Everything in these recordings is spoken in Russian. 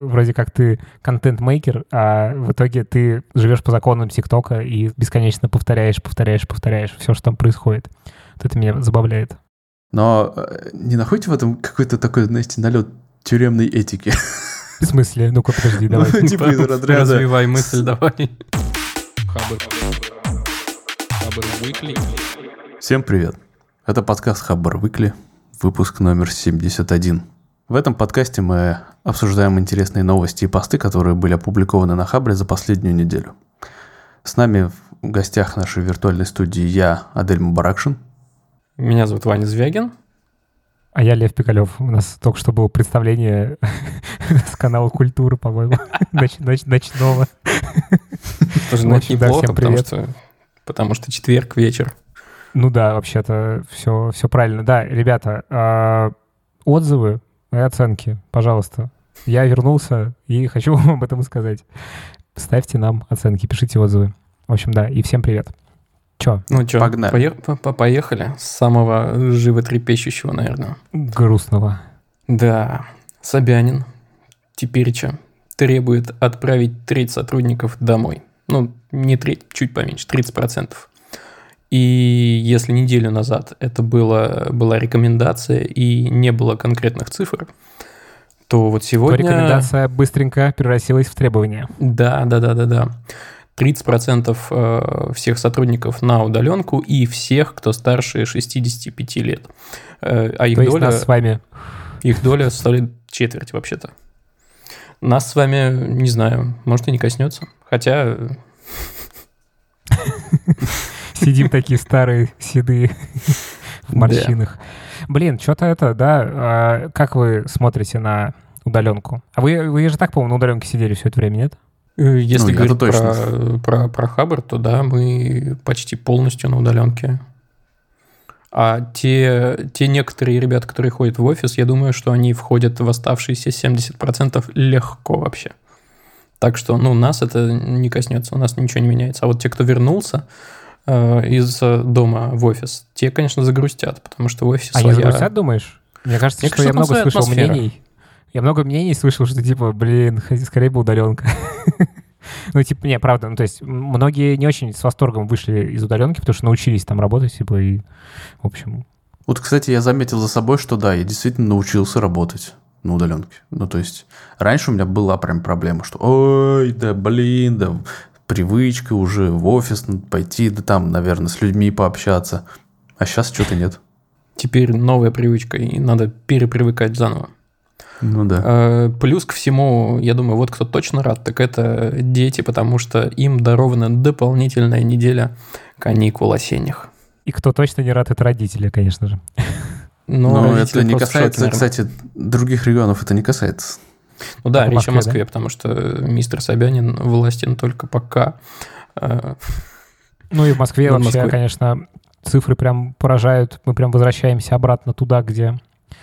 Вроде как ты контент-мейкер, а в итоге ты живешь по законам ТикТока и бесконечно повторяешь все, что там происходит. Вот это меня забавляет. Но не находите в этом какой-то такой, знаете, налет тюремной этики? В смысле? Ну-ка, подожди, давай. Типа из разряда... Развивай мысль, давай. Хабр Weekly. Всем привет. Это подкаст Хабр Weekly, выпуск номер 71. В этом подкасте мы обсуждаем интересные новости и посты, которые были опубликованы на Хабре за последнюю неделю. С нами в гостях нашей виртуальной студии я, Адель Мубаракшин. Меня зовут Ваня Звягин. А я Лев Пикалев. У нас только что было представление с канала Культура, по-моему, ночного. Тоже неплохо, потому что четверг вечер. Ну да, вообще-то все правильно. Да, ребята, отзывы и оценки, пожалуйста. Я вернулся и хочу вам об этом сказать. Ставьте нам оценки, пишите отзывы. В общем, да, и всем привет. Чё? Ну чё, погнали. Поехали. С самого животрепещущего, наверное. Грустного. Да. Собянин тепереча требует отправить треть сотрудников домой. Ну, не треть, чуть поменьше, 30%. И если неделю назад это была рекомендация и не было конкретных цифр, то вот сегодня... То рекомендация быстренько превратилась в требование. Да. 30% всех сотрудников на удаленку и всех, кто старше 65 лет. А их то есть доля... нас с вами. Их доля составляет четверть вообще-то. Нас с вами, не знаю, может и не коснется. Хотя... Сидим такие старые, седые, в морщинах. Блин, что-то это, да. Как вы смотрите на удаленку? А вы же так, по-моему, на удаленке сидели все это время, нет? Если говорить про Хабр, то да, мы почти полностью на удаленке. А те некоторые ребята, которые ходят в офис, я думаю, что они входят в оставшиеся 70% легко вообще. Так что, нас это не коснется, у нас ничего не меняется. А вот те, кто вернулся из дома в офис, те, конечно, загрустят, потому что в офисе своя... Они загрустят, думаешь? Мне кажется, что я много слышал мнений. Я много мнений слышал, что типа, скорее бы удаленка. Не, правда, то есть многие не очень с восторгом вышли из удаленки, потому что научились там работать, типа, и, в общем... Вот, кстати, я заметил за собой, что да, я действительно научился работать на удаленке. То есть раньше у меня была прям проблема, что привычка уже в офис пойти, да там, наверное, с людьми пообщаться. А сейчас что-то нет. Теперь новая привычка, и надо перепривыкать заново. Ну да. Плюс ко всему, я думаю, вот кто точно рад, так это дети, потому что им дарована дополнительная неделя каникул осенних. И кто точно не рад, это родители, конечно же. Но это не касается, кстати, других регионов, это не касается. Ну да, речь о Москве, да? Потому что мистер Собянин властен только пока. Ну и в Москве вообще, конечно, цифры прям поражают. Мы прям возвращаемся обратно туда, где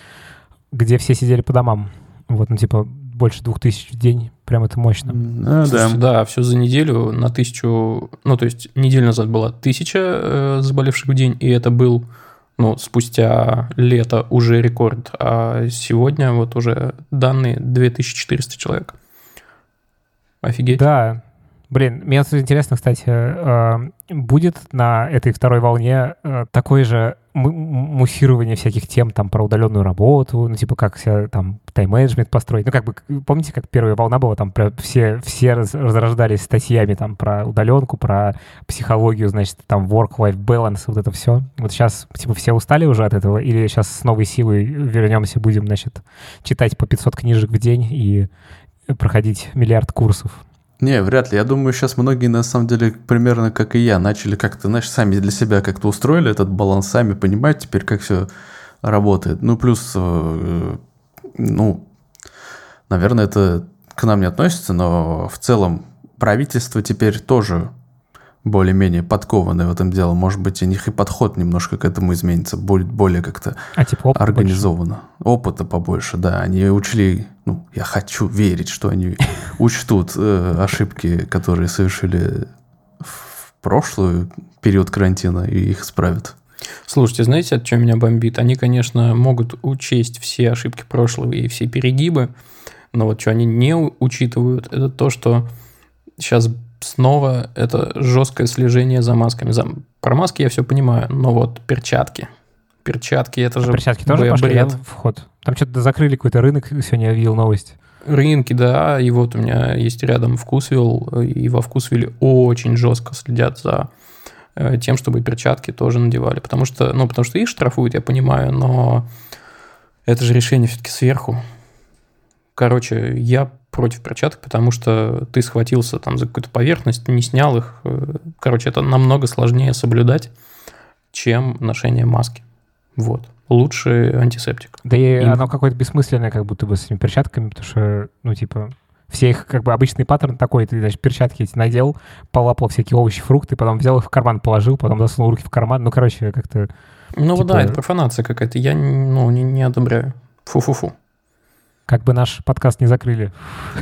все сидели по домам. Вот, больше 2000 в день. Прям это мощно. Да, все за неделю на 1000... Ну, то есть неделю назад было 1000 заболевших в день, и это был, спустя лето уже рекорд. А сегодня вот уже данные 2400 человек. Офигеть. Да. Блин, мне интересно, кстати, будет на этой второй волне такое же муссирование всяких тем там про удаленную работу, как себя там тайм-менеджмент построить. Помните, как первая волна была, там все разрождались статьями там про удаленку, про психологию, значит, там work-life balance, вот это все. Вот сейчас, все устали уже от этого, или сейчас с новой силой вернемся, будем, значит, читать по 500 книжек в день и проходить миллиард курсов? Не, вряд ли. Я думаю, сейчас многие, на самом деле, примерно как и я, начали как-то, сами для себя как-то устроили этот баланс, сами понимают теперь, как все работает. Плюс, наверное, это к нам не относится, но в целом правительство теперь тоже более-менее подкованное в этом деле. Может быть, у них и подход немножко к этому изменится, будет более как-то организованно. Опыта побольше, да. Они учли, я хочу верить, что они учтут ошибки, которые совершили в прошлый период карантина, и их исправят. Слушайте, знаете, от чего меня бомбит? Они, конечно, могут учесть все ошибки прошлого и все перегибы, Но вот что они не учитывают, это то, что сейчас снова это жесткое слежение за масками. Про маски я все понимаю, но вот перчатки. Перчатки это же перчатки тоже пошли, да, в ход? Там что-то закрыли какой-то рынок, сегодня я видел новость. Рынки, да, и вот у меня есть рядом Вкусвилл, и во Вкусвилле очень жестко следят за тем, чтобы перчатки тоже надевали. Потому что их штрафуют, я понимаю, но это же решение все-таки сверху. Короче, я против перчаток, потому что ты схватился там за какую-то поверхность, не снял их. Короче, это намного сложнее соблюдать, чем ношение маски. Вот. Лучше антисептик. Да и оно какое-то бессмысленное, как будто бы с этими перчатками, потому что, все их, как бы, обычный паттерн такой, ты, значит, перчатки эти надел, полапал всякие овощи, фрукты, потом взял их в карман, положил, потом засунул руки в карман, как-то... Да, это профанация какая-то, я не одобряю. Фу-фу-фу. Как бы наш подкаст не закрыли.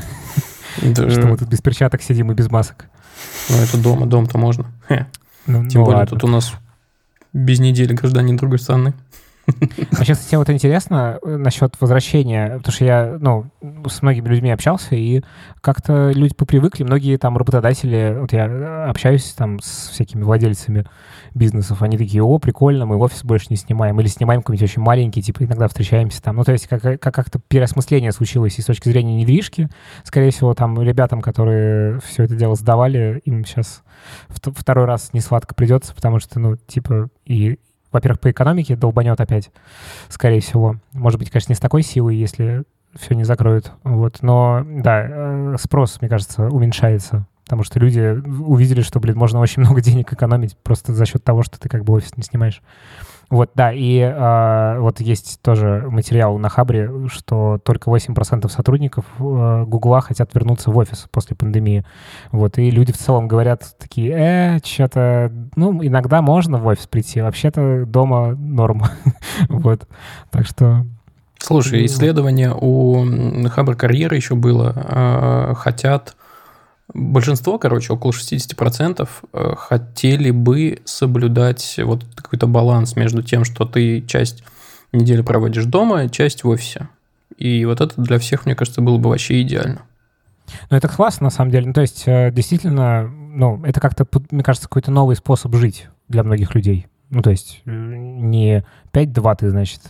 Что мы тут без перчаток сидим и без масок. Это дом-то можно. Тем более тут у нас без недели гражданин другой страны. А сейчас, кстати, вот интересно насчет возвращения, потому что я, с многими людьми общался, и как-то люди попривыкли, многие там работодатели, вот я общаюсь там с всякими владельцами бизнесов, они такие: о, прикольно, мы офис больше не снимаем, или снимаем какой-нибудь очень маленький, типа иногда встречаемся там. То есть как-то переосмысление случилось и с точки зрения недвижки. Скорее всего, там ребятам, которые все это дело сдавали, им сейчас второй раз не сладко придется, потому что, и во-первых, по экономике долбанет опять, скорее всего. Может быть, конечно, не с такой силой, если все не закроют. Вот. Но, да, спрос, мне кажется, уменьшается. Потому что люди увидели, что, можно очень много денег экономить просто за счет того, что ты как бы офис не снимаешь. Вот, да, и вот есть тоже материал на Хабре, что только 8% сотрудников Гугла хотят вернуться в офис после пандемии. Вот, и люди в целом говорят такие: что-то, иногда можно в офис прийти, вообще-то дома норм. Вот, так что... Слушай, исследование у Хабр Карьеры еще было. Большинство, около 60% хотели бы соблюдать вот какой-то баланс между тем, что ты часть недели проводишь дома, часть в офисе. И вот это для всех, мне кажется, было бы вообще идеально. Это классно, на самом деле. То есть, действительно, это как-то, мне кажется, какой-то новый способ жить для многих людей. То есть, не 5-2 ты, значит,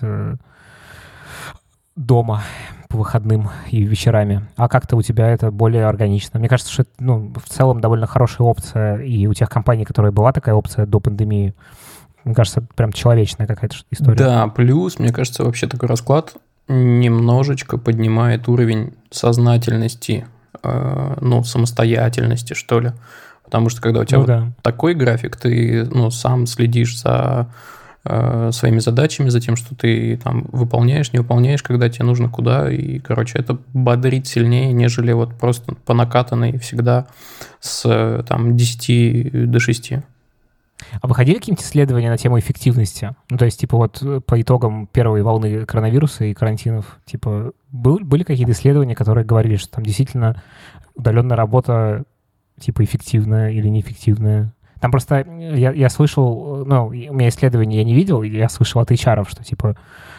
дома по выходным и вечерами, а как-то у тебя это более органично. Мне кажется, что это, в целом довольно хорошая опция, и у тех компаний, которая была такая опция до пандемии, мне кажется, это прям человечная какая-то история. Да, плюс, мне кажется, вообще такой расклад немножечко поднимает уровень сознательности, самостоятельности, что ли. Потому что когда у тебя такой график, ты сам следишь за своими задачами, за тем, что ты там выполняешь, не выполняешь, когда тебе нужно куда. И, это бодрит сильнее, нежели вот просто по накатанной всегда с 10 до 6. А выходили какие-нибудь исследования на тему эффективности? То есть, по итогам первой волны коронавируса и карантинов, были какие-то исследования, которые говорили, что там действительно удаленная работа, эффективная или неэффективная? Там просто я слышал, у меня исследований я не видел, я слышал от HR, что,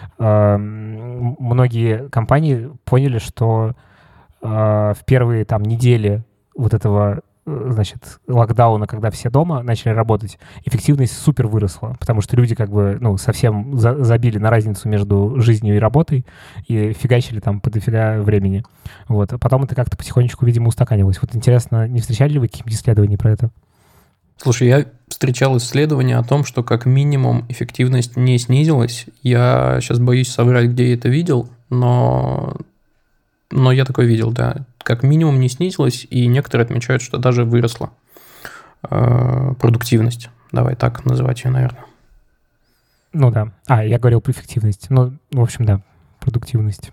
многие компании поняли, что в первые недели вот этого, значит, локдауна, когда все дома начали работать, эффективность супер выросла, потому что люди совсем забили на разницу между жизнью и работой и фигачили там по дофига времени. Вот. А потом это как-то потихонечку, видимо, устаканилось. Вот интересно, не встречали ли вы какие-нибудь исследования про это? Слушай, я встречал исследования о том, что как минимум эффективность не снизилась. Я сейчас боюсь соврать, где я это видел, но я такое видел, да. Как минимум не снизилась, и некоторые отмечают, что даже выросла продуктивность. Давай так называть ее, наверное. Да. Я говорил про эффективность. В общем, да, продуктивность.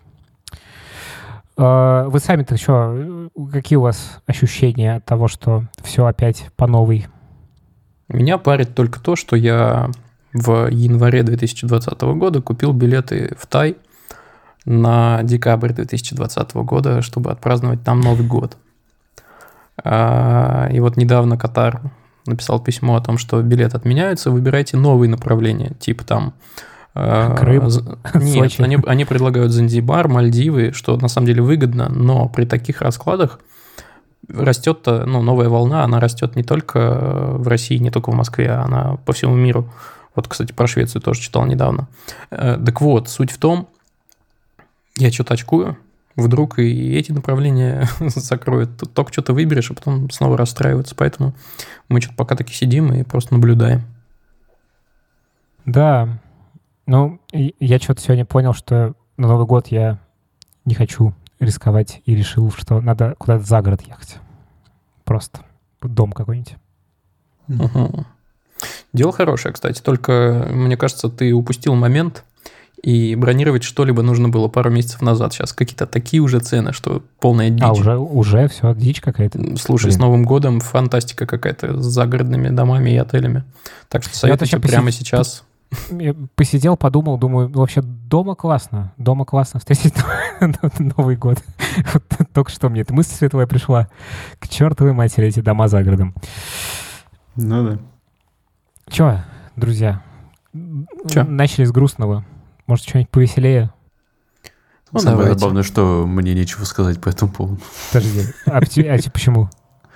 Вы сами-то что, какие у вас ощущения от того, что все опять по новой? Меня парит только то, что я в январе 2020 года купил билеты в Тай на декабрь 2020 года, чтобы отпраздновать там Новый год. И вот недавно Катар написал письмо о том, что билеты отменяются, выбирайте новые направления, типа там Крым, Нет, Сочи. они предлагают Занзибар, Мальдивы, что на самом деле выгодно, но при таких раскладах растет, новая волна, она растет не только в России, не только в Москве, она по всему миру. Вот, кстати, про Швецию тоже читал недавно. Так вот, суть в том, я что-то очкую, вдруг и эти направления закроют. Тут только что-то выберешь, а потом снова расстраиваются. Поэтому мы что-то пока таки сидим и просто наблюдаем. Да. Ну, я что-то сегодня понял, что на Новый год я не хочу рисковать и решил, что надо куда-то за город ехать. Просто в дом какой-нибудь. Угу. Дело хорошее, кстати. Только, мне кажется, ты упустил момент, и бронировать что-либо нужно было пару месяцев назад. Сейчас какие-то такие уже цены, что полная дичь. Уже все, дичь какая-то. Слушай, с Новым годом фантастика какая-то с загородными домами и отелями. Так что советую прямо сейчас. Я посидел, подумал, думаю, вообще дома классно встретить Новый год. Только что мне эта мысль светлая пришла. К чертовой матери эти дома за городом. Ну да. Че, друзья, начали с грустного. Может, что-нибудь повеселее? Самое забавное, что мне нечего сказать по этому поводу. Подожди, а почему?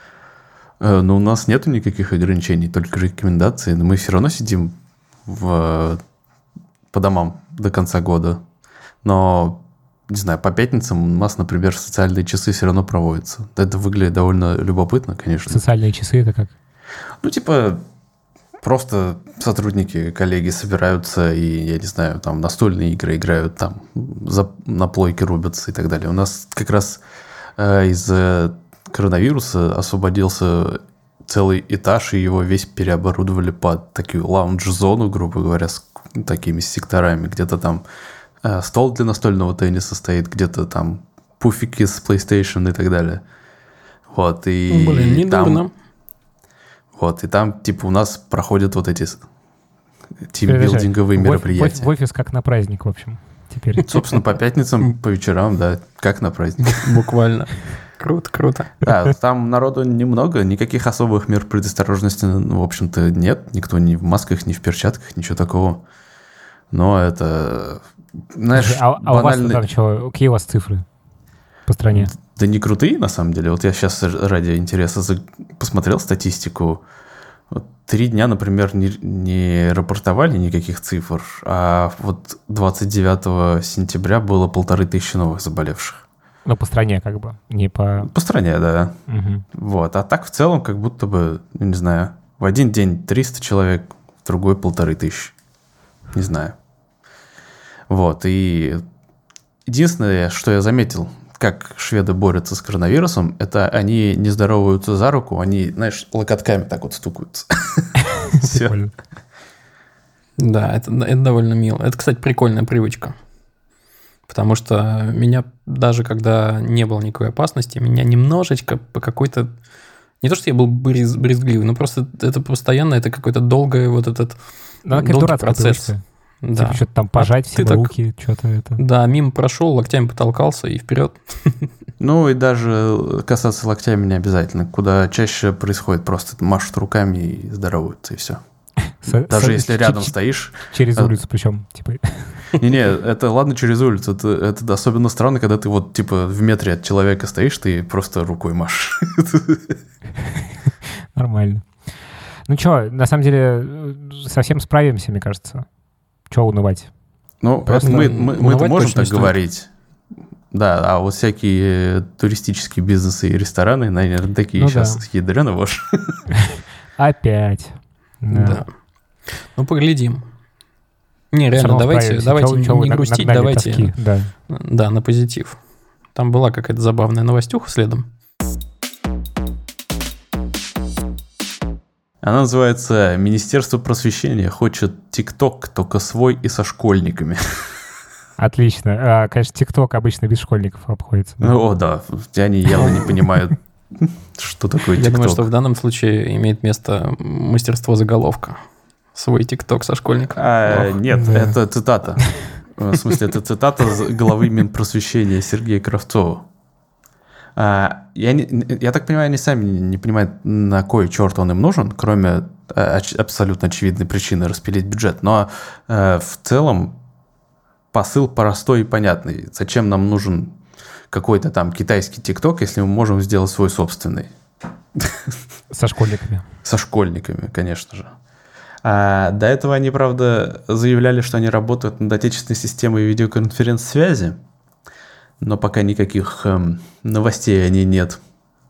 Ну, у нас нету никаких ограничений, только рекомендации, но мы все равно сидим по домам до конца года. Но, не знаю, по пятницам у нас, например, социальные часы все равно проводятся. Это выглядит довольно любопытно, конечно. Социальные часы — это как? Ну, типа, просто сотрудники, коллеги собираются и, я не знаю, там настольные игры играют, там на плойке рубятся и так далее. У нас как раз из-за коронавируса освободился целый этаж, и его весь переоборудовали под такую лаунж-зону, грубо говоря, с такими секторами. Где-то там стол для настольного тенниса стоит, где-то там пуфики с PlayStation и так далее. Вот, и блин, недурно. Вот, и там, типа, у нас проходят вот эти тимбилдинговые мероприятия. В офис как на праздник, в общем, теперь. Собственно, по пятницам, по вечерам, да, как на праздник. Буквально. Круто. Да, там народу немного, никаких особых мер предосторожности, в общем-то, нет. Никто ни в масках, ни в перчатках, ничего такого. Но это, знаешь, банальный... у вас там что, какие у вас цифры по стране? Да не крутые, на самом деле. Вот я сейчас ради интереса посмотрел статистику. Вот 3 дня, например, не рапортовали никаких цифр, а вот 29 сентября было 1500 новых заболевших. Ну, по стране как бы, не по... По стране, да. Угу. Вот. А так в целом как будто бы, не знаю, в один день 300 человек, в другой 1500. Не знаю. Вот. И единственное, что я заметил, как шведы борются с коронавирусом, это они не здороваются за руку, они, знаешь, локотками так вот стукаются. Все. Да, это довольно мило. Это, кстати, прикольная привычка. Потому что меня, даже когда не было никакой опасности, меня немножечко по какой-то... Не то, что я был брезгливый, но просто это постоянно, это какой-то долгий вот этот долгий процесс. Да. Типа что-то там пожать все руки, что-то это. Да, мимо прошел, локтями потолкался и вперед. Ну и даже касаться локтями не обязательно. Куда чаще происходит просто машут руками и здороваются, и все. Даже если рядом стоишь... Через улицу причем, типа... Не-не, это ладно через улицу. Это особенно странно, когда ты вот типа в метре от человека стоишь, ты просто рукой машешь. Нормально. Ну что, на самом деле, совсем справимся, мне кажется. Чего унывать? Ну, просто мы-то можем так говорить. Да, а вот всякие туристические бизнесы и рестораны, наверное, такие сейчас ядрёно вошь. Опять. Да. Ну, поглядим. Не, реально, давайте не грустить, давайте... Да, на позитив. Там была какая-то забавная новостюха следом. Она называется «Министерство просвещения хочет ТикТок, только свой и со школьниками». Отлично. Конечно, ТикТок обычно без школьников обходится. Да? О, да. Они явно не понимают, что такое ТикТок. Я думаю, что в данном случае имеет место мастерство заголовка. Свой ТикТок со школьником. Нет, это цитата. В смысле, это цитата главы Минпросвещения Сергея Кравцова. Я так понимаю, они сами не понимают, на кой черт он им нужен, кроме абсолютно очевидной причины распилить бюджет. Но в целом посыл простой и понятный. Зачем нам нужен какой-то там китайский ТикТок, если мы можем сделать свой собственный? Со школьниками. Со школьниками, конечно же. До этого они, правда, заявляли, что они работают над отечественной системой видеоконференц-связи, но пока никаких новостей о ней нет.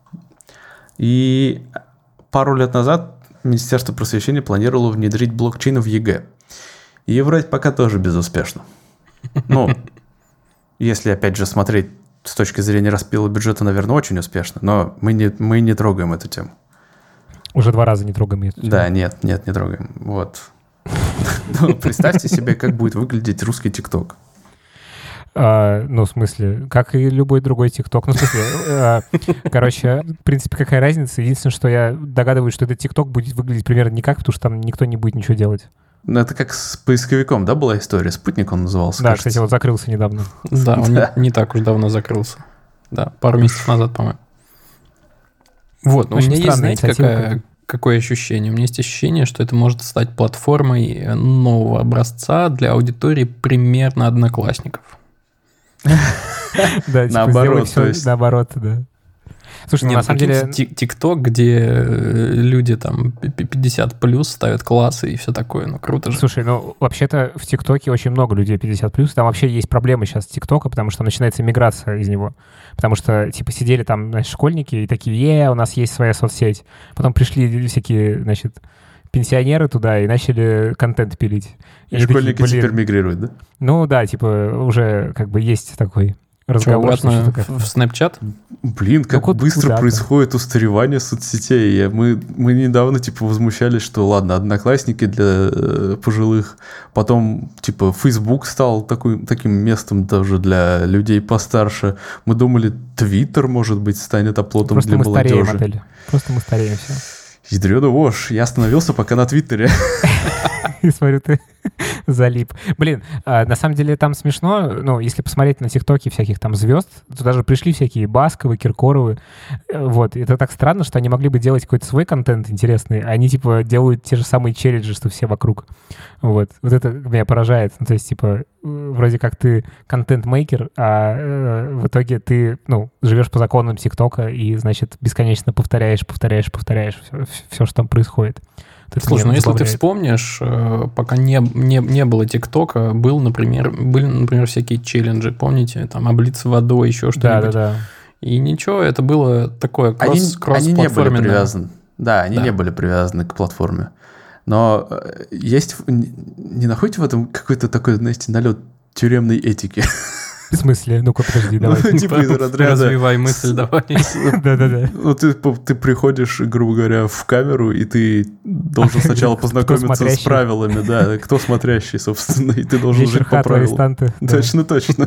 И пару лет назад Министерство просвещения планировало внедрить блокчейн в ЕГЭ. И вроде пока тоже безуспешно. Ну, если, опять же, смотреть с точки зрения распила бюджета, наверное, очень успешно, но мы не трогаем эту тему. Уже 2 раза не трогаем эту тему. Да, нет, не трогаем. Вот. Представьте себе, как будет выглядеть русский ТикТок. Ну, в смысле, как и любой другой ТикТок. Ну, в смысле, короче, в принципе, какая разница? Единственное, что я догадываюсь, что этот ТикТок будет выглядеть примерно никак, потому что там никто не будет ничего делать. Ну, это как с поисковиком, да, была история? «Спутник» он назывался, да, кажется. кстати, вот закрылся недавно. Да, он не так уж давно закрылся. Да, пару месяцев назад, по-моему. Вот, у меня есть, знаете, какое ощущение? У меня есть ощущение, что это может стать платформой нового образца для аудитории примерно одноклассников. Да, типа наоборот, сделать все наоборот, да. Слушай, на самом деле... ТикТок, где люди там 50 плюс ставят классы и все такое, ну круто же. Слушай, ну вообще-то в ТикТоке очень много людей 50 плюс, там вообще есть проблемы сейчас с ТикТока, потому что начинается миграция из него. Потому что, типа, сидели там, значит, школьники и такие, у нас есть своя соцсеть. Потом пришли всякие, значит, пенсионеры туда и начали контент пилить. И школьники такие, теперь мигрируют, да? Ну да, типа, уже как бы есть такой... разговор, что, обратно в Snapchat? Блин, как быстро происходит устаревание соцсетей. Мы недавно, типа, возмущались, что, ладно, Одноклассники для пожилых, потом, типа, Facebook стал таким местом даже для людей постарше. Мы думали, Twitter, может быть, станет оплотом для молодежи. Просто мы стареем, Отель. Просто мы стареем, все. Ядрёна вошь, я остановился пока на Твиттере. И смотрю, ты залип. Блин, на самом деле там смешно, ну, если посмотреть на ТикТоке всяких там звезд, то даже пришли всякие Басковы, Киркоровы. Вот, это так странно, что они могли бы делать какой-то свой контент интересный, а они, типа, делают те же самые челленджи, что все вокруг. Вот это меня поражает. Ну, то есть, типа, вроде как ты контент-мейкер, а в итоге ты, ну, живешь по законам ТикТока и, значит, бесконечно повторяешь все, что там происходит. Слушай, ну если ты вспомнишь, пока не было ТикТока, были, например, всякие челленджи, помните, там облиться водой, еще что-нибудь. Да. И ничего, это было такое кросс-платформенное. Они не были привязаны. Да, они не были привязаны к платформе. Но есть... Не находите в этом какой-то такой, знаете, налет тюремной этики? В смысле? Ну-ка, подожди, давай. Типа из разряда... Развивай мысль, давай. Да-да-да. Ну, ты приходишь, грубо говоря, в камеру, и ты должен сначала познакомиться с правилами, да, кто смотрящий, собственно, и ты должен жить по правилам. Точно.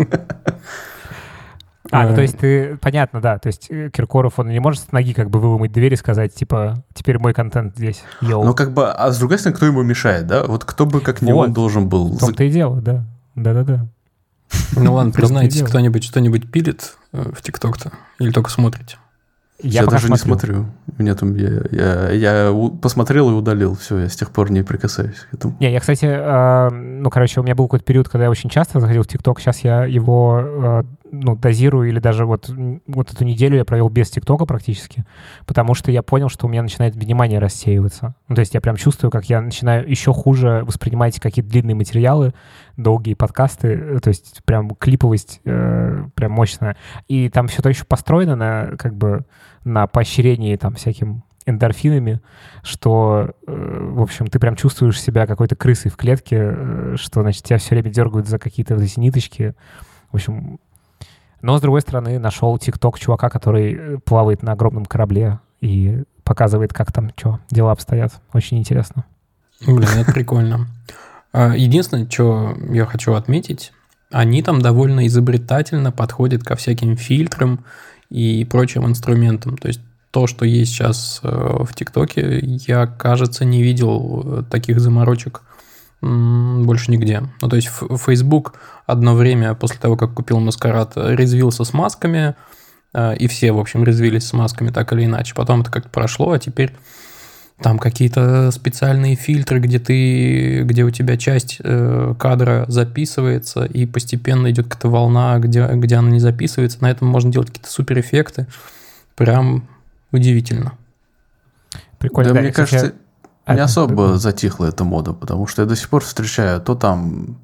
Ну то есть ты, понятно, да, то есть Киркоров, он не может с ноги как бы выломать дверь и сказать, типа, теперь мой контент здесь, йоу. Ну, как бы, а с другой стороны, кто ему мешает, да? Вот кто бы, как не он, должен был... В том-то и дело, да. Да-да-да. Ну ладно, признайтесь, кто-нибудь что-нибудь пилит в ТикТок-то? Или только смотрите? Я даже не смотрю. Нет, я посмотрел и удалил. Все, я с тех пор не прикасаюсь к этому. Не, я, кстати, у меня был какой-то период, когда я очень часто заходил в ТикТок. Сейчас я его, дозирую, или даже вот эту неделю я провел без ТикТока практически, потому что я понял, что у меня начинает внимание рассеиваться. Ну, то есть я прям чувствую, как я начинаю еще хуже воспринимать какие-то длинные материалы, долгие подкасты, то есть прям клиповость прям мощная. И там все это еще построено на поощрении там всяким эндорфинами, что, в общем, ты прям чувствуешь себя какой-то крысой в клетке, что, значит, тебя все время дергают за какие-то эти ниточки. В общем, но, с другой стороны, нашел ТикТок чувака, который плавает на огромном корабле и показывает, как там дела обстоят. Очень интересно. Блин, это прикольно. Единственное, что я хочу отметить, они там довольно изобретательно подходят ко всяким фильтрам и прочим инструментам. То есть то, что есть сейчас в ТикТоке, я, кажется, не видел таких заморочек больше нигде. Ну, то есть Facebook одно время, после того, как купил Маскарад, резвился с масками, и все, в общем, резвились с масками так или иначе. Потом это как-то прошло, а теперь там какие-то специальные фильтры, где у тебя часть кадра записывается, и постепенно идет какая-то волна, где она не записывается. На этом можно делать какие-то суперэффекты. Прям удивительно. Прикольно. Да, мне кажется, не особо затихла эта мода, потому что я до сих пор встречаю, то там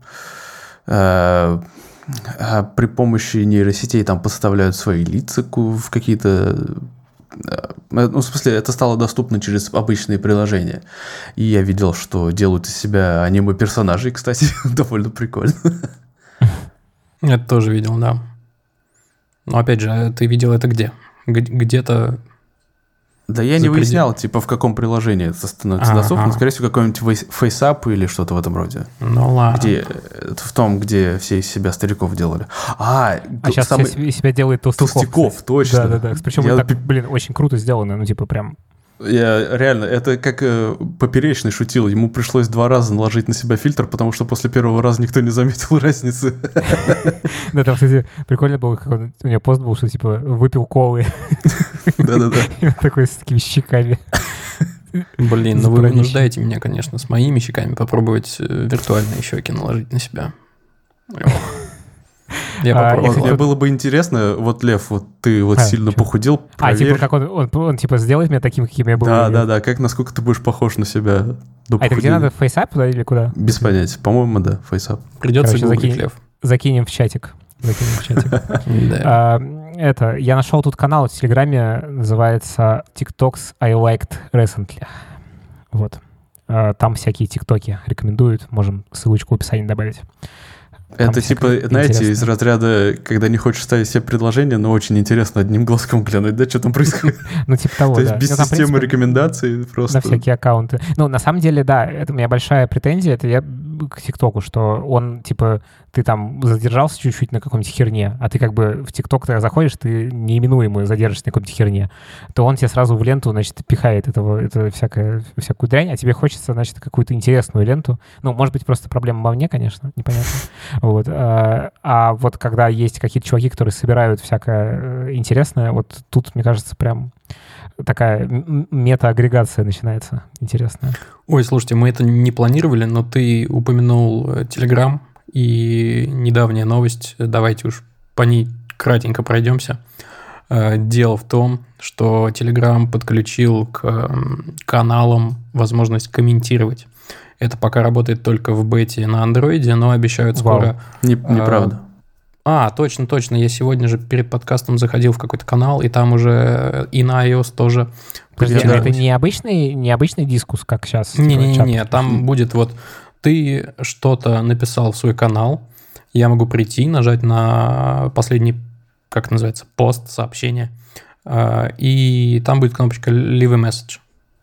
при помощи нейросетей там подставляют свои лица в какие-то... Ну, в смысле, это стало доступно через обычные приложения. И я видел, что делают из себя аниме-персонажей, кстати, довольно прикольно. Я тоже видел, да. Но опять же, ты видел это где? Где-то... Да я не выяснял, типа, в каком приложении это становится доступно. Скорее всего, какой-нибудь FaceApp или что-то в этом роде. Ну ладно. В том, где все из себя стариков делали. Сейчас все из себя делают толстяков. Толстяков, точно. Да. Причем это так, очень круто сделано. Ну, типа, прям... Я реально, это как Поперечный шутил, ему пришлось 2 раза наложить на себя фильтр, потому что после первого раза никто не заметил разницы. Да, там, кстати, прикольно было, как у него пост был, что типа выпил колы. Да-да-да. И он такой с такими щеками. Блин, ну вы вынуждаете меня, конечно, с моими щеками попробовать виртуальные щеки наложить на себя. Я попробовал. Мне было бы интересно, вот, Лев, вот ты вот сильно похудел, проверь. Типа как он типа сделает меня таким, каким я был? Да, как насколько ты будешь похож на себя до похудения. Это где надо, в FaceApp туда или куда? Без понятия, по-моему, да, FaceApp. Придется гуглить, Лев. Закинем в чатик. Я нашел тут канал в Телеграме, называется TikToks I Liked Recently. Вот. Там всякие тиктоки рекомендуют, можем ссылочку в описании добавить. Это типа, знаете, из разряда, когда не хочешь ставить себе предложение, но очень интересно одним глазком глянуть, да, что там происходит. Ну, типа того, да. То есть без системы рекомендаций просто... На всякие аккаунты. Ну, на самом деле, да, это у меня большая претензия, это я к ТикТоку, что он, типа, ты там задержался чуть-чуть на каком-нибудь херне, а ты как бы в ТикТок ты заходишь, ты неименуемо задержишься на какой-нибудь херне, то он тебе сразу в ленту, значит, пихает это всякую дрянь, а тебе хочется, значит, какую-то интересную ленту. Ну, может быть, просто проблема во мне, конечно, непонятно. Вот. А вот когда есть какие-то чуваки, которые собирают всякое интересное, вот тут, мне кажется, прям такая мета-агрегация начинается интересная. Ой, слушайте, мы это не планировали, но ты упомянул Telegram и недавняя новость. Давайте уж по ней кратенько пройдемся. Дело в том, что Telegram подключил к каналам возможность комментировать. Это пока работает только в бете на Андроиде, но обещают скоро... Неправда. Точно. Я сегодня же перед подкастом заходил в какой-то канал, и там уже и на iOS тоже... Подожди, это не обычный дискус, как сейчас? Не, там будет вот... Ты что-то написал в свой канал, я могу прийти, нажать на последний, как это называется, пост, сообщение, и там будет кнопочка «Leave a message».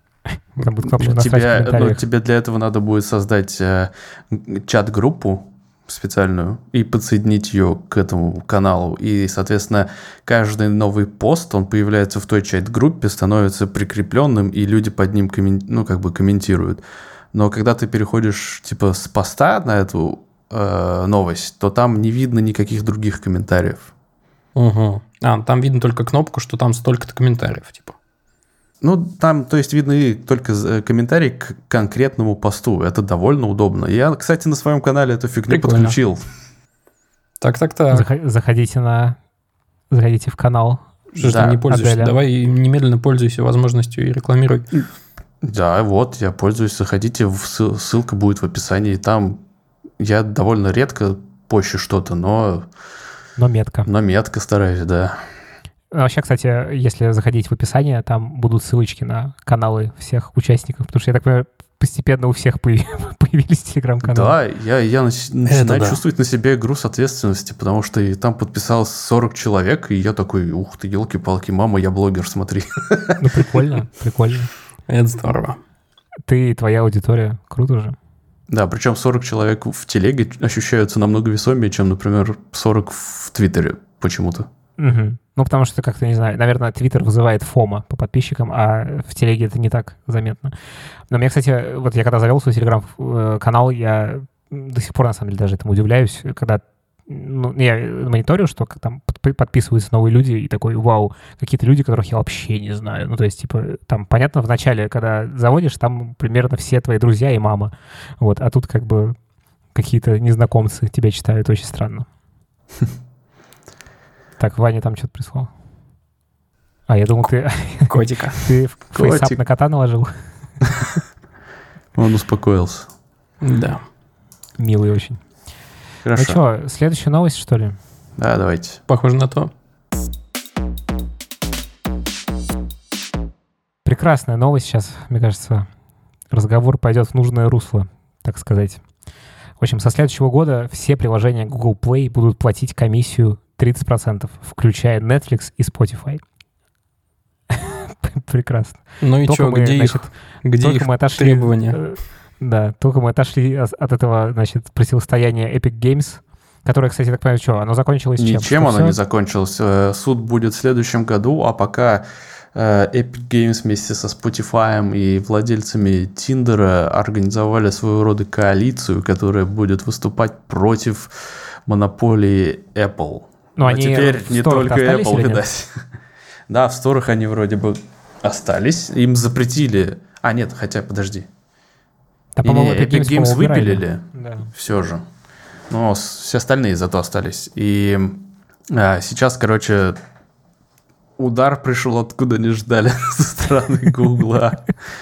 Тебе для этого надо будет создать чат-группу специальную и подсоединить ее к этому каналу. И, соответственно, каждый новый пост, он появляется в той чат-группе, становится прикрепленным, и люди под ним комментируют. Но когда ты переходишь типа с поста на эту новость, то там не видно никаких других комментариев. Угу. Там видно только кнопку, что там столько-то комментариев, типа. Ну, там, то есть, видны только комментарии к конкретному посту. Это довольно удобно. Я, кстати, на своем канале эту фигню подключил. Так. Заходите в канал. Что ты не пользуешься? Аделя. Давай немедленно пользуйся возможностью и рекламируй. Да, вот, я пользуюсь. Заходите, ссылка будет в описании. Там я довольно редко пощу что-то, но метко. Но метко стараюсь, да. Вообще, кстати, если заходить в описание, там будут ссылочки на каналы всех участников, потому что, я так понимаю, постепенно у всех появились телеграм-каналы. Да, я начинаю чувствовать на себе груз ответственности, потому что и там подписалось 40 человек, и я такой, ух ты, елки-палки, мама, я блогер, смотри. Ну, прикольно. Это здорово. Ты и твоя аудитория, круто же. Да, причем 40 человек в телеге ощущаются намного весомее, чем, например, 40 в Твиттере почему-то. Угу. Ну, потому что как-то, не знаю, наверное, Твиттер вызывает фома по подписчикам, а в телеге это не так заметно. Но мне, кстати, вот я когда завел свой телеграм-канал, я до сих пор, на самом деле, даже этому удивляюсь, когда ну, я мониторю, что там подписываются новые люди, и такой, вау, какие-то люди, которых я вообще не знаю. Ну, то есть, типа, там, понятно, в начале, когда заводишь, там примерно все твои друзья и мама. Вот, а тут как бы какие-то незнакомцы тебя читают, очень странно. Так, Ваня там что-то прислал. А, я думал, ты... Котика. Ты фейсап на кота наложил? Он успокоился. Да. Милый очень. Хорошо. Ну что, следующая новость, что ли? Да, давайте. Похоже на то. Прекрасная новость сейчас, мне кажется. Разговор пойдет в нужное русло, так сказать. В общем, со следующего года все приложения Google Play будут платить комиссию 30%, включая Netflix и Spotify. Прекрасно. Ну и что, где их требования? Да, только мы отошли от этого, значит, противостояния Epic Games, которое, кстати, так понимаю, что, оно закончилось чем? Ничем оно не закончилось. Суд будет в следующем году, а пока Epic Games вместе со Spotify и владельцами Тиндера организовали своего рода коалицию, которая будет выступать против монополии Apple. Но теперь не только Apple, видать. Да, в сторах они вроде бы остались. Им запретили... А, нет, хотя, подожди. Да, по-моему, Epic Games выпилили. Да. Все же. Но все остальные зато остались. И сейчас, короче, удар пришел откуда не ждали со стороны Гугла.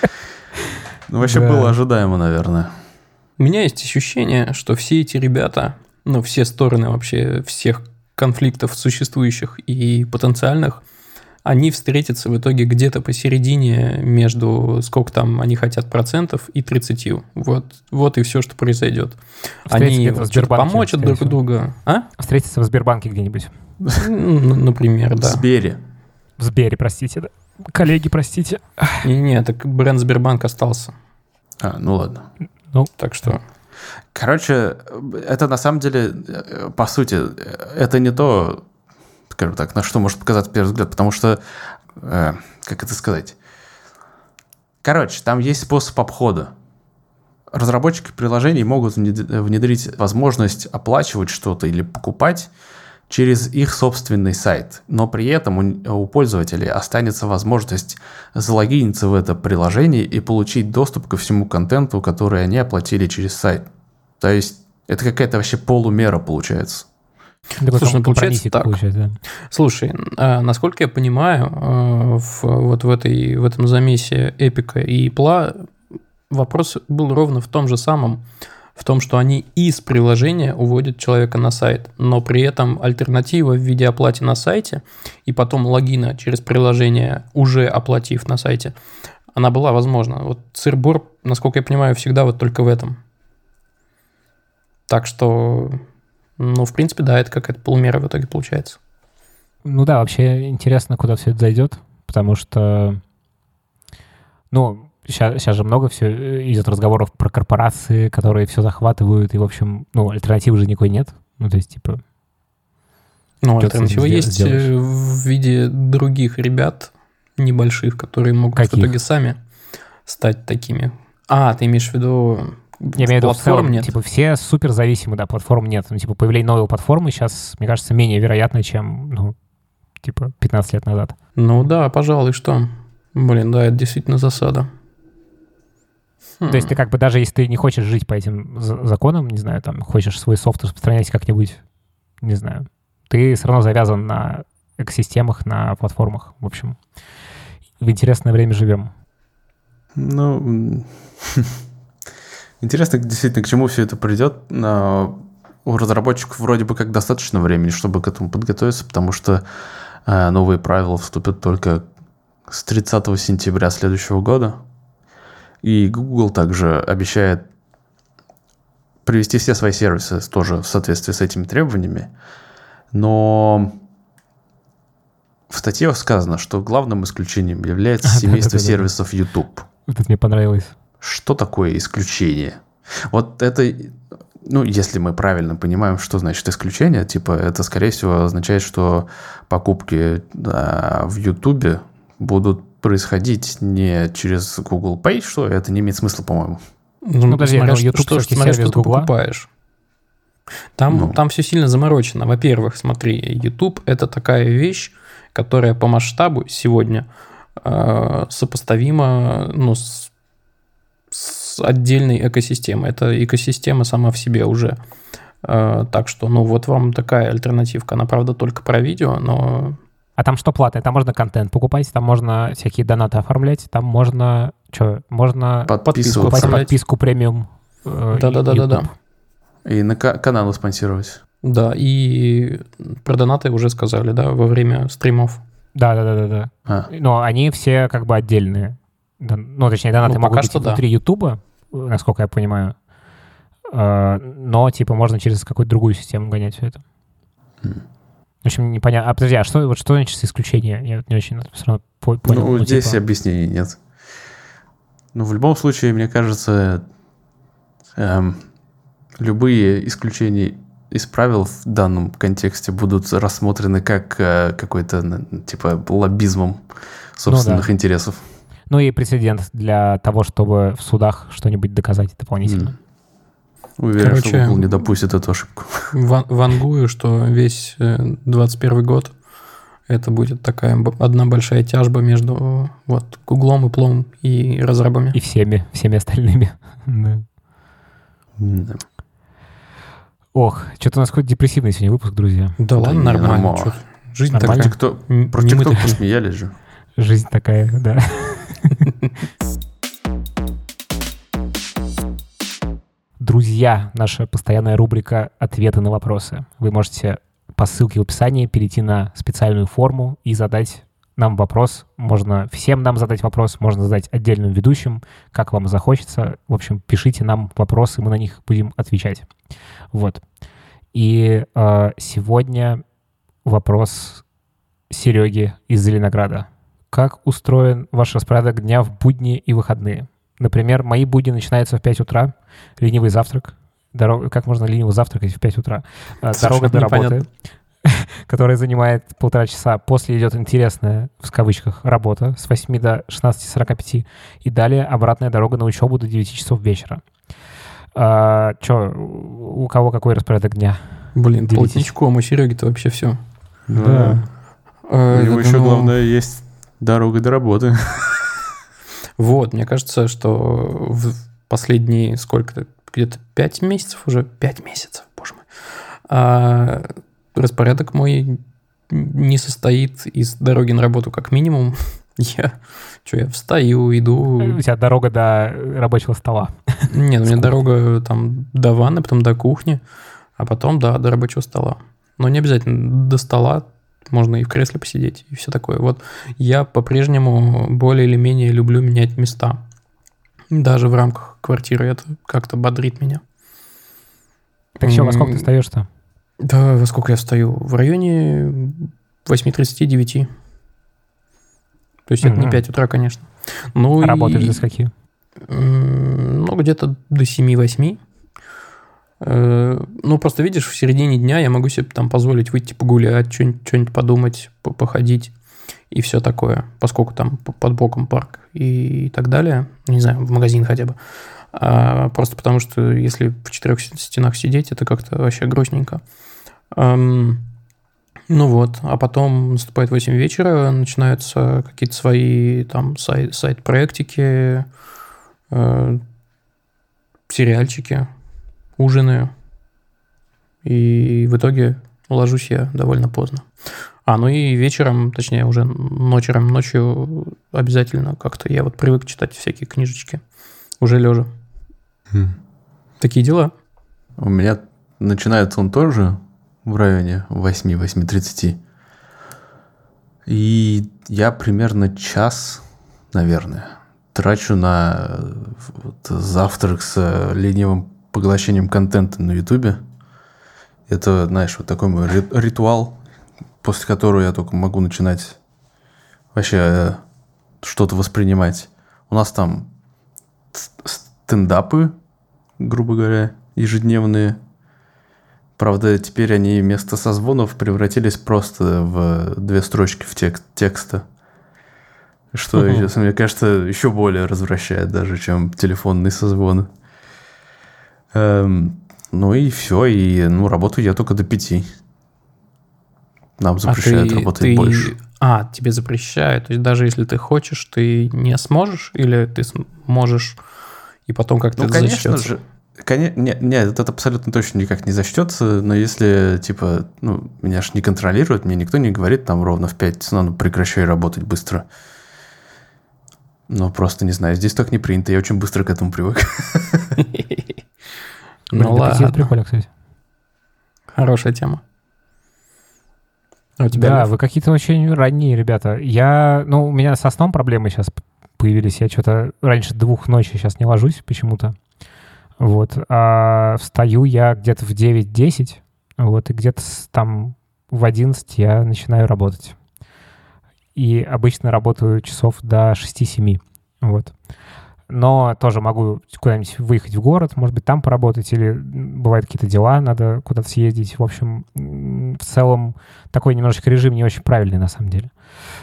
Ну, вообще было ожидаемо, наверное. У меня есть ощущение, что все эти ребята, ну, все стороны вообще всех конфликтов существующих и потенциальных, они встретятся в итоге где-то посередине между, сколько там они хотят процентов, и 30. Вот и все, что произойдет. Они помочат друг другу. Встретятся в Сбербанке где-нибудь. Например, да. В Сбере. В Сбере, простите, да. Коллеги, простите. Не, так бренд Сбербанк остался. Ну ладно. Ну, так что... Короче, это на самом деле, по сути, это не то... скажем так, на что может показать первый взгляд, потому что, как это сказать? Короче, там есть способ обхода. Разработчики приложений могут внедрить возможность оплачивать что-то или покупать через их собственный сайт, но при этом у пользователей останется возможность залогиниться в это приложение и получить доступ ко всему контенту, который они оплатили через сайт. То есть это какая-то вообще полумера получается. Слушай, получается так. Слушай, насколько я понимаю, в этом замесе Эпика и Apple вопрос был ровно в том же самом, в том, что они из приложения уводят человека на сайт, но при этом альтернатива в виде оплаты на сайте и потом логина через приложение, уже оплатив на сайте, она была возможна. Вот сыр-бор, насколько я понимаю, всегда вот только в этом. Так что... Ну, в принципе, да, это какая-то полумера в итоге получается. Ну да, вообще интересно, куда все это зайдет, потому что, ну, сейчас же много все идет разговоров про корпорации, которые все захватывают, и, в общем, ну, альтернативы же никакой нет. Ну, то есть, типа... Ну, альтернатива есть в виде других ребят небольших, которые могут в итоге сами стать такими. Ты имеешь в виду... Я имею в виду, в целом, нет. Типа, все супер зависимы, да, платформ нет. Ну, типа, появление новой платформы сейчас, мне кажется, менее вероятно, чем, ну, типа, 15 лет назад. Ну да, пожалуй, что. Блин, да, это действительно засада. То есть ты как бы даже если ты не хочешь жить по этим законам, не знаю, там, хочешь свой софт распространять как-нибудь, не знаю, ты все равно завязан на экосистемах, на платформах. В общем, в интересное время живем. Ну... Интересно, действительно, к чему все это придет. У разработчиков вроде бы как достаточно времени, чтобы к этому подготовиться, потому что новые правила вступят только с 30 сентября следующего года. И Google также обещает привести все свои сервисы тоже в соответствии с этими требованиями. Но в статье сказано, что главным исключением является семейство сервисов YouTube. Вот это мне понравилось. Что такое исключение? Вот это, ну, если мы правильно понимаем, что значит исключение, типа это, скорее всего, означает, что покупки в YouTube будут происходить не через Google Pay, что это не имеет смысла, по-моему. Ну, подожди, смотря, YouTube что ты покупаешь. Там все сильно заморочено. Во-первых, смотри, YouTube – это такая вещь, которая по масштабу сегодня сопоставима с отдельной экосистемой. Это экосистема сама в себе уже. Так что, вот вам такая альтернативка. Она, правда, только про видео, но... А там что платное? Там можно контент покупать, там можно всякие донаты оформлять, там можно... Можно подписку премиум. Да. И на каналы спонсировать. Да, и про донаты уже сказали, да, во время стримов. Да. Но они все как бы отдельные. Точнее, донаты могут быть внутри Ютуба, насколько я понимаю. Но, можно через какую-то другую систему гонять все это. В общем, непонятно. Подожди, что значит исключение? Я не очень все равно понял. Здесь объяснений нет. В любом случае, мне кажется, любые исключения из правил в данном контексте будут рассмотрены как какой-то, лоббизмом собственных интересов. И прецедент для того, чтобы в судах что-нибудь доказать дополнительно. Уверен, что Google не допустит эту ошибку. Вангую, что весь 2021 год это будет такая одна большая тяжба между Гуглом, Apple и разрабами. И всеми остальными. Да. Ох, что-то у нас какой-то депрессивный сегодня выпуск, друзья. Да ладно, нормально. Жизнь такая. Про TikTok посмеялись же. Жизнь такая, да. Друзья, наша постоянная рубрика «Ответы на вопросы». Вы можете по ссылке в описании перейти на специальную форму и задать нам вопрос. Можно всем нам задать вопрос, можно задать отдельным ведущим, как вам захочется. В общем, пишите нам вопросы, мы на них будем отвечать. И сегодня вопрос Сереги из Зеленограда. Как устроен ваш распорядок дня в будни и выходные? Например, мои будни начинаются в 5 утра, ленивый завтрак. Как можно лениво завтракать в 5 утра? Дорога до работы, которая занимает 1,5 часа. После идет интересная, в кавычках, работа с 8 до 16:45. И далее обратная дорога на учебу до 9 часов вечера. У кого какой распорядок дня? Блин, плотничком, у Сереги-то вообще все. Да. У него еще главное есть дорога до работы. Мне кажется, что в последние сколько-то, где-то 5 месяцев уже, 5 месяцев, боже мой, распорядок мой не состоит из дороги на работу как минимум. Я встаю, иду... У тебя дорога до рабочего стола. Нет, у меня дорога там до ванны, потом до кухни, а потом, до рабочего стола. Но не обязательно до стола, можно и в кресле посидеть, и все такое. Я по-прежнему более или менее люблю менять места. Даже в рамках квартиры это как-то бодрит меня. Так что, во сколько ты встаешь-то? Да, во сколько я встаю? В районе 8:30-9. То есть это не 5 утра, конечно. Работаешь до скольки? Где-то до 7-8. Просто видишь, в середине дня я могу себе там позволить выйти погулять, что-нибудь подумать, походить и все такое, поскольку там под боком парк и так далее. Не знаю, в магазин хотя бы. Просто потому что если в 4 стенах сидеть, это как-то вообще грустненько. А потом наступает 8 вечера, начинаются какие-то свои там сайт-проектики, сериальчики, ужины. И в итоге ложусь я довольно поздно. И вечером, точнее, уже ночью обязательно как-то я привык читать всякие книжечки, уже лежа. Такие дела. У меня начинается он тоже в районе 8-8:30. И я примерно час, наверное, трачу на завтрак с ленивым поглощением контента на Ютубе. Это, знаешь, такой мой ритуал, после которого я только могу начинать вообще что-то воспринимать. У нас там стендапы, грубо говоря, ежедневные. Правда, теперь они вместо созвонов превратились просто в 2 строчки в текста. Что, мне кажется, еще более развращает даже, чем телефонные созвоны. Ну и все, и работаю я только до 5. Нам запрещают работать больше. Тебе запрещают. То есть даже если ты хочешь, ты не сможешь? Или ты сможешь, и потом как-то это зачтется? Нет, это абсолютно точно никак не зачтется, но если, меня ж не контролируют, мне никто не говорит там ровно в 5, прекращай работать быстро. Просто не знаю, здесь так не принято, я очень быстро к этому привык. Ладно. Это прикольно, кстати. Хорошая тема. У тебя, да, вы какие-то очень ранние ребята. У меня со сном проблемы сейчас появились. Я что-то раньше 2 ночи сейчас не ложусь почему-то. А встаю я где-то в 9-10, и где-то там в 11 я начинаю работать. И обычно работаю часов до 6-7. Но тоже могу куда-нибудь выехать в город, может быть, там поработать, или бывают какие-то дела, надо куда-то съездить. В общем, в целом такой немножечко режим не очень правильный на самом деле.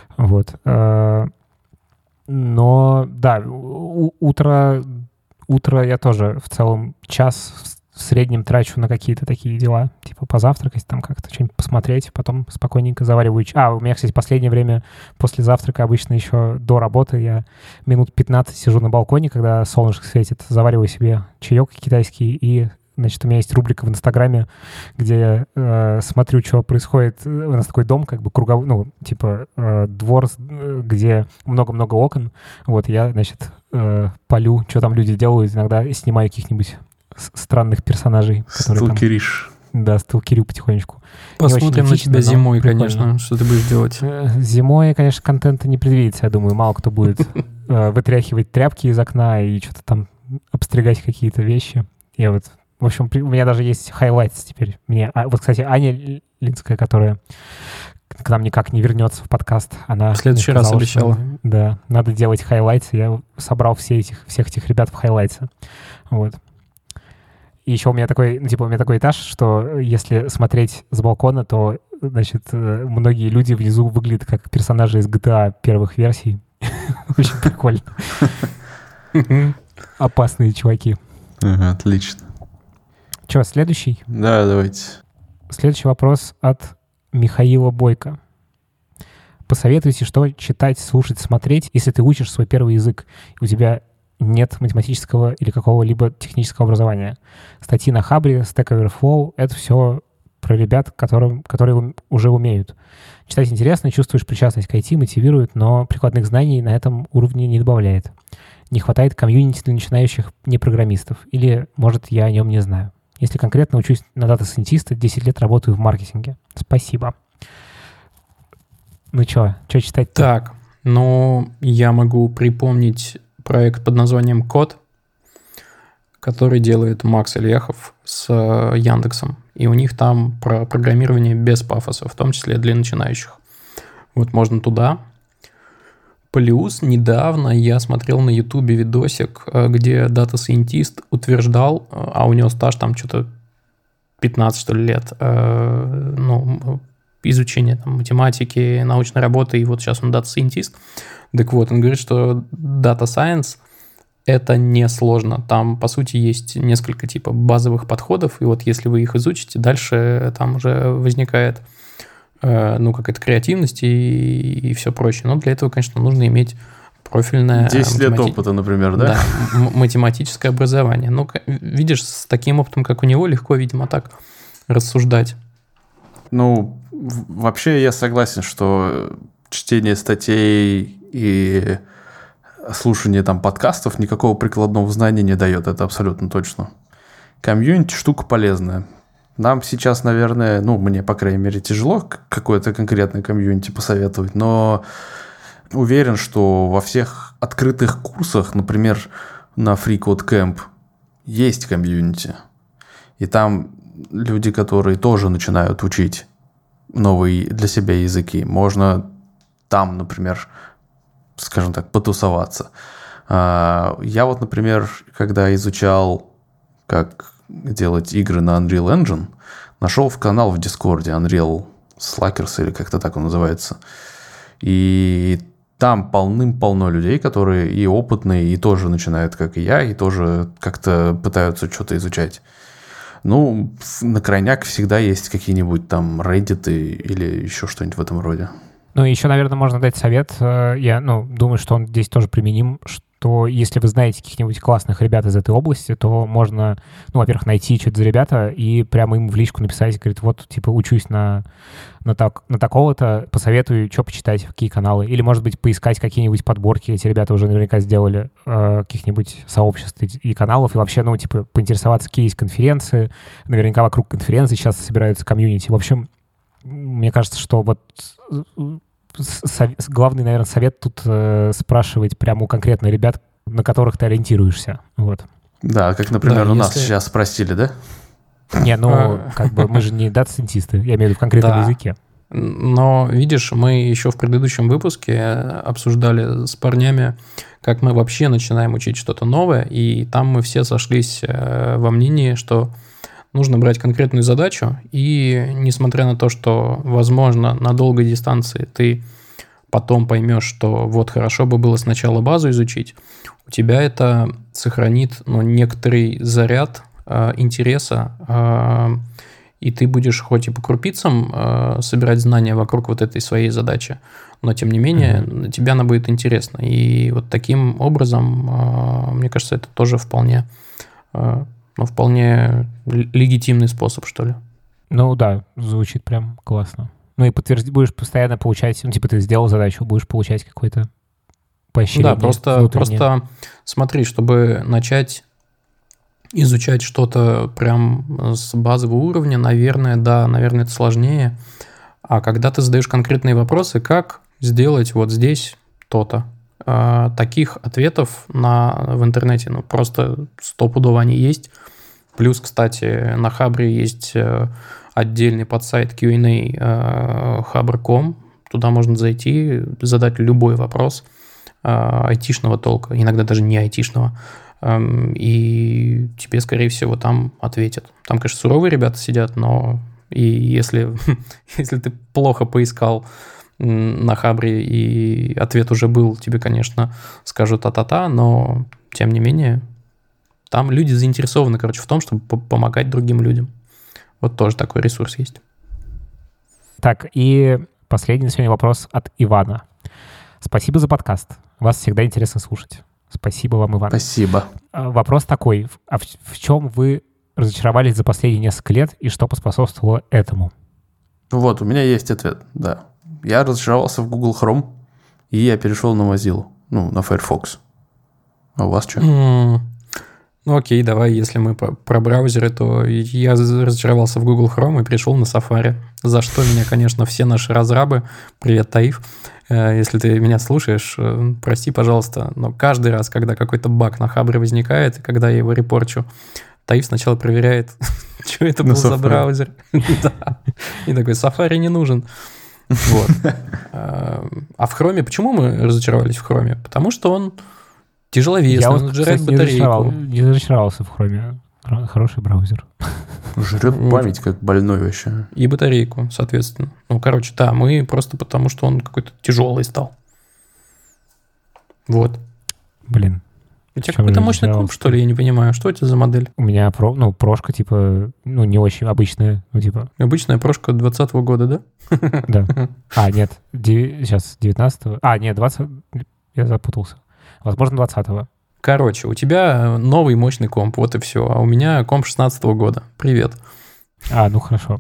Но, да, утро я тоже в целом час в среднем трачу на какие-то такие дела, типа позавтракать, там как-то что-нибудь посмотреть, потом спокойненько завариваю. У меня, кстати, последнее время после завтрака обычно еще до работы я минут 15 сижу на балконе, когда солнышко светит, завариваю себе чаек китайский, и, значит, у меня есть рубрика в Инстаграме, где я смотрю, что происходит. У нас такой дом, как бы круговой, двор, где много-много окон. Я, значит, полю, что там люди делают, иногда снимаю каких-нибудь странных персонажей. Сталкеришь. Да, сталкерю потихонечку. Посмотрим на тебя зимой, конечно, что ты будешь делать. Зимой, конечно, контента не предвидится, я думаю. Мало кто будет вытряхивать тряпки из окна и что-то там обстригать какие-то вещи. В общем, у меня даже есть хайлайтс теперь. Кстати, Аня Линская, которая к нам никак не вернется в подкаст, она... В следующий раз обещала. Да, надо делать хайлайтс. Я собрал всех этих ребят в хайлайтсе. И еще у меня такой, у меня такой этаж, что если смотреть с балкона, то, значит, многие люди внизу выглядят как персонажи из GTA первых версий. Очень прикольно. Опасные чуваки. Отлично. Че, следующий? Да, давайте. Следующий вопрос от Михаила Бойко. Посоветуйте, что читать, слушать, смотреть, если ты учишь свой первый язык, и у тебя нет математического или какого-либо технического образования. Статьи на Хабре, Stack Overflow — это все про ребят, которые уже умеют. Читать интересно, чувствуешь причастность к IT, мотивирует, но прикладных знаний на этом уровне не добавляет. Не хватает комьюнити для начинающих непрограммистов. Или, может, я о нем не знаю. Если конкретно учусь на дата-сайентиста, 10 лет работаю в маркетинге. Спасибо. Что читать-то? Так, я могу припомнить проект под названием «Код», который делает Макс Ильяхов с Яндексом. И у них там про программирование без пафоса, в том числе для начинающих. Можно туда. Плюс недавно я смотрел на Ютубе видосик, где дата-сайентист утверждал, а у него стаж там что-то 15, что ли, лет, изучения математики, научной работы, и сейчас он дата-сайентист. Так он говорит, что Data Science — это несложно. Там, по сути, есть несколько базовых подходов, и если вы их изучите, дальше там уже возникает какая-то креативность и все прочее. Но для этого, конечно, нужно иметь профильное... 10 лет опыта, например, да? Да, математическое образование. Видишь, с таким опытом, как у него, легко, видимо, так рассуждать. Вообще я согласен, что чтение статей и слушание подкастов никакого прикладного знания не дает, это абсолютно точно. Комьюнити — штука полезная. Нам сейчас, наверное, мне, по крайней мере, тяжело какое-то конкретное комьюнити посоветовать, но уверен, что во всех открытых курсах, например, на FreeCodeCamp, есть комьюнити. И там люди, которые тоже начинают учить новые для себя языки. Можно там, например, скажем так, потусоваться. Я например, когда изучал, как делать игры на Unreal Engine, нашел канал в Дискорде Unreal Slackers, или как-то так он называется. И там полным-полно людей, которые и опытные, и тоже начинают, как и я, и тоже как-то пытаются что-то изучать. Ну, на крайняк всегда есть какие-нибудь там Reddit или еще что-нибудь в этом роде. Ну, еще, наверное, можно дать совет. Я, думаю, что он здесь тоже применим, что если вы знаете каких-нибудь классных ребят из этой области, то можно, во-первых, найти, что это за ребята, и прямо им в личку написать, говорит, вот, типа, учусь на такого-то, посоветую, что почитать, какие каналы. Или, может быть, поискать какие-нибудь подборки. Эти ребята уже наверняка сделали каких-нибудь сообществ и каналов. И вообще, поинтересоваться, какие есть конференции. Наверняка вокруг конференции сейчас собираются комьюнити. В общем, мне кажется, что вот главный, наверное, совет тут спрашивать прямо у конкретно ребят, на которых ты ориентируешься. Вот. Да, как, например, у нас сейчас спросили, да? Не, мы же не дата-сайентисты, я имею в виду в конкретном языке. Но, видишь, мы еще в предыдущем выпуске обсуждали с парнями, как мы вообще начинаем учить что-то новое, и там мы все сошлись во мнении, что нужно брать конкретную задачу, и несмотря на то, что, возможно, на долгой дистанции ты потом поймешь, что вот хорошо бы было сначала базу изучить, у тебя это сохранит некоторый заряд интереса, и ты будешь хоть и по крупицам собирать знания вокруг вот этой своей задачи, но тем не менее тебе она будет интересна. И вот таким образом, мне кажется, это тоже вполне легитимный способ, что ли. Ну да, звучит прям классно. Ну и будешь постоянно получать, ты сделал задачу, будешь получать какое-то поощрение. Да, просто смотри, чтобы начать изучать что-то прям с базового уровня, наверное, это сложнее. А когда ты задаешь конкретные вопросы, как сделать вот здесь то-то, таких ответов в интернете, просто стопудово они есть. Плюс, кстати, на Хабре есть отдельный подсайт Q&A Хабр.com. Туда можно зайти, задать любой вопрос айтишного толка, иногда даже не айтишного, и тебе, скорее всего, там ответят. Там, конечно, суровые ребята сидят, но и если ты плохо поискал на Хабре и ответ уже был, тебе, конечно, скажут та-та-та, но, тем не менее, там люди заинтересованы, в том, чтобы помогать другим людям. Вот тоже такой ресурс есть. Так, и последний сегодня вопрос от Ивана. Спасибо за подкаст. Вас всегда интересно слушать. Спасибо вам, Иван. Спасибо. Вопрос такой. А в чем вы разочаровались за последние несколько лет и что поспособствовало этому? Вот, у меня есть ответ, да. Я разочаровался в Google Chrome, и я перешел на Mozilla, на Firefox. А у вас что? Окей, давай, если мы про браузеры, то я разочаровался в Google Chrome и перешел на Safari. За что меня, конечно, все наши разрабы, привет, Таиф, если ты меня слушаешь, прости, пожалуйста, но каждый раз, когда какой-то баг на Хабре возникает, и когда я его репорчу, Таиф сначала проверяет, что это был за браузер. И такой, Safari не нужен. Вот. А в Chrome, почему мы разочаровались в Chrome? Потому что он тяжеловесный, он жрет батарейку. Не разочаровался в Chrome. Хороший браузер. Жрет память, как больной вообще. И батарейку, соответственно. Мы просто потому, что он какой-то тяжелый стал. Вот. Блин. У тебя какой-то мощный комп, что ли? Я не понимаю. Что это за модель? У меня прошка, не очень обычная. Обычная прошка 2020 года, да? Да. Нет. Сейчас 19-го. Нет, 20... Я запутался. Возможно, 20-го. Короче, у тебя новый мощный комп, вот и все. А у меня комп 16-го года. Привет. Хорошо.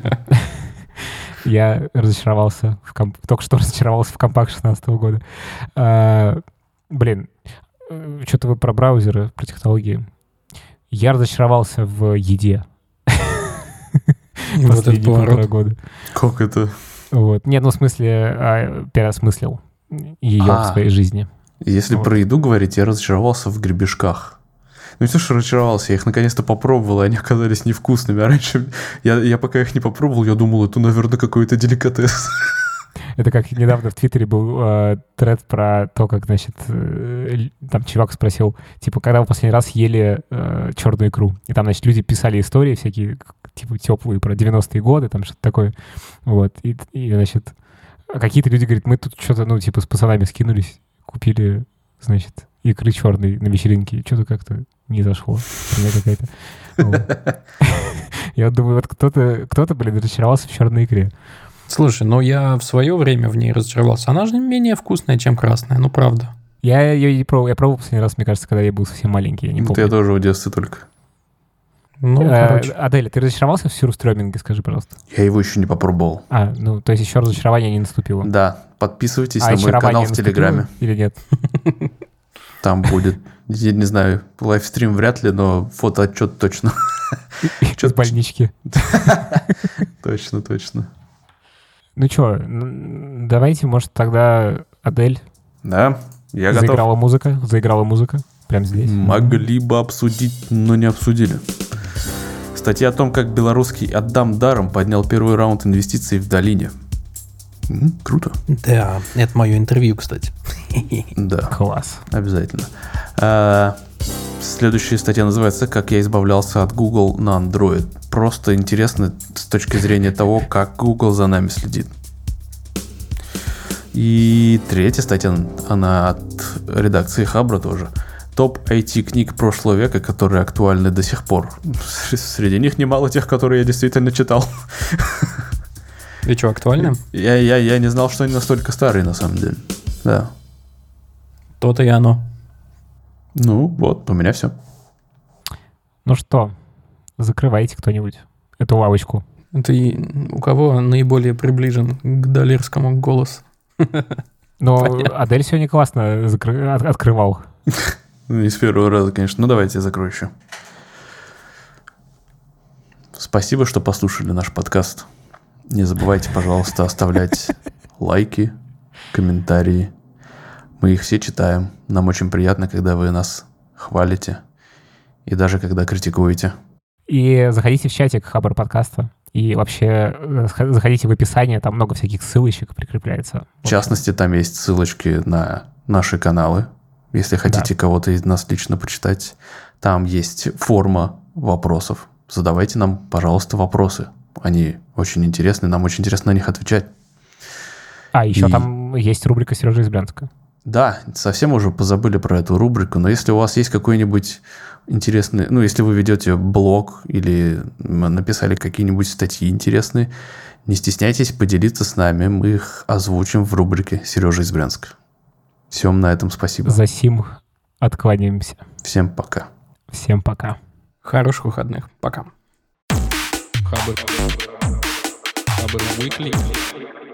Я разочаровался только что разочаровался в компах 16-го года. Блин, что-то вы про браузеры, про технологии. Я разочаровался в еде. Последние полтора года. Как это? Вот. Нет, в смысле, переосмыслил ее в своей жизни. Если про еду говорить, я разочаровался в гребешках. Не то, что разочаровался, я их наконец-то попробовал, и они оказались невкусными. А раньше, я пока их не попробовал, я думал, это, наверное, какой-то деликатес. Это как недавно в Твиттере был тред про то, как, там чувак спросил, когда вы последний раз ели черную икру? И там, люди писали истории всякие, теплые про 90-е годы, там что-то такое. Вот. И какие-то люди говорят, мы тут что-то, с пацанами скинулись, купили, икры черной на вечеринке, и что-то как-то не зашло. Какая-то Я думаю, вот кто-то, блин, разочаровался в черной икре. Слушай, ну я в свое время в ней разочаровался. Она же менее вкусная, чем красная, ну правда. Я ее не пробовал. Я пробовал последний раз, мне кажется, когда я был совсем маленький. Я не помню. Я тоже в детстве только. Ну, короче. Адель, ты разочаровался в сюрстрёминге, скажи, пожалуйста? Я его еще не попробовал. Ну, то есть еще разочарование не наступило? Да, подписывайтесь на мой канал в Телеграме. Или нет? Там будет, я не знаю, лайвстрим вряд ли, но фотоотчет точно. Из больнички. Точно. Ну что, давайте, может, тогда Адель. Да, я готов. Заиграла музыка. Прямо здесь. Могли бы обсудить, но не обсудили. Статья о том, как белорусский Отдам даром поднял первый раунд инвестиций в долине. Круто. Да, это мое интервью, кстати. Да. Класс. Обязательно. Следующая статья называется «Как я избавлялся от Google на Android». Просто интересно с точки зрения того, как Google за нами следит. И третья статья, она от редакции Хабра тоже. Топ IT-книг прошлого века, которые актуальны до сих пор. Среди них немало тех, которые я действительно читал. И что, актуальны? Я не знал, что они настолько старые, на самом деле. Да. То-то и оно. Ну, вот, у меня все. Ну что, закрывайте кто-нибудь эту лавочку. Ты у кого наиболее приближен к долларскому голосу? Но Адель сегодня классно открывал. Не с первого раза, конечно. Ну, давайте я закрою еще. Спасибо, что послушали наш подкаст. Не забывайте, пожалуйста, оставлять лайки, комментарии. Мы их все читаем. Нам очень приятно, когда вы нас хвалите. И даже когда критикуете. И заходите в чатик Хабр подкаста. И вообще заходите в описание. Там много всяких ссылочек прикрепляется. В частности, там есть ссылочки на наши каналы. Если хотите кого-то из нас лично почитать. Там есть форма вопросов. Задавайте нам, пожалуйста, вопросы. Они очень интересны. Нам очень интересно на них отвечать. Еще там есть рубрика Сережи из Брянска. Да, совсем уже позабыли про эту рубрику, но если у вас есть какой-нибудь интересный, ну, если вы ведете блог или написали какие-нибудь статьи интересные, не стесняйтесь поделиться с нами, мы их озвучим в рубрике «Сережа из Брянска». Всем на этом спасибо. За сим откланяемся. Всем пока. Всем пока. Хороших выходных. Пока. Хабр Weekly.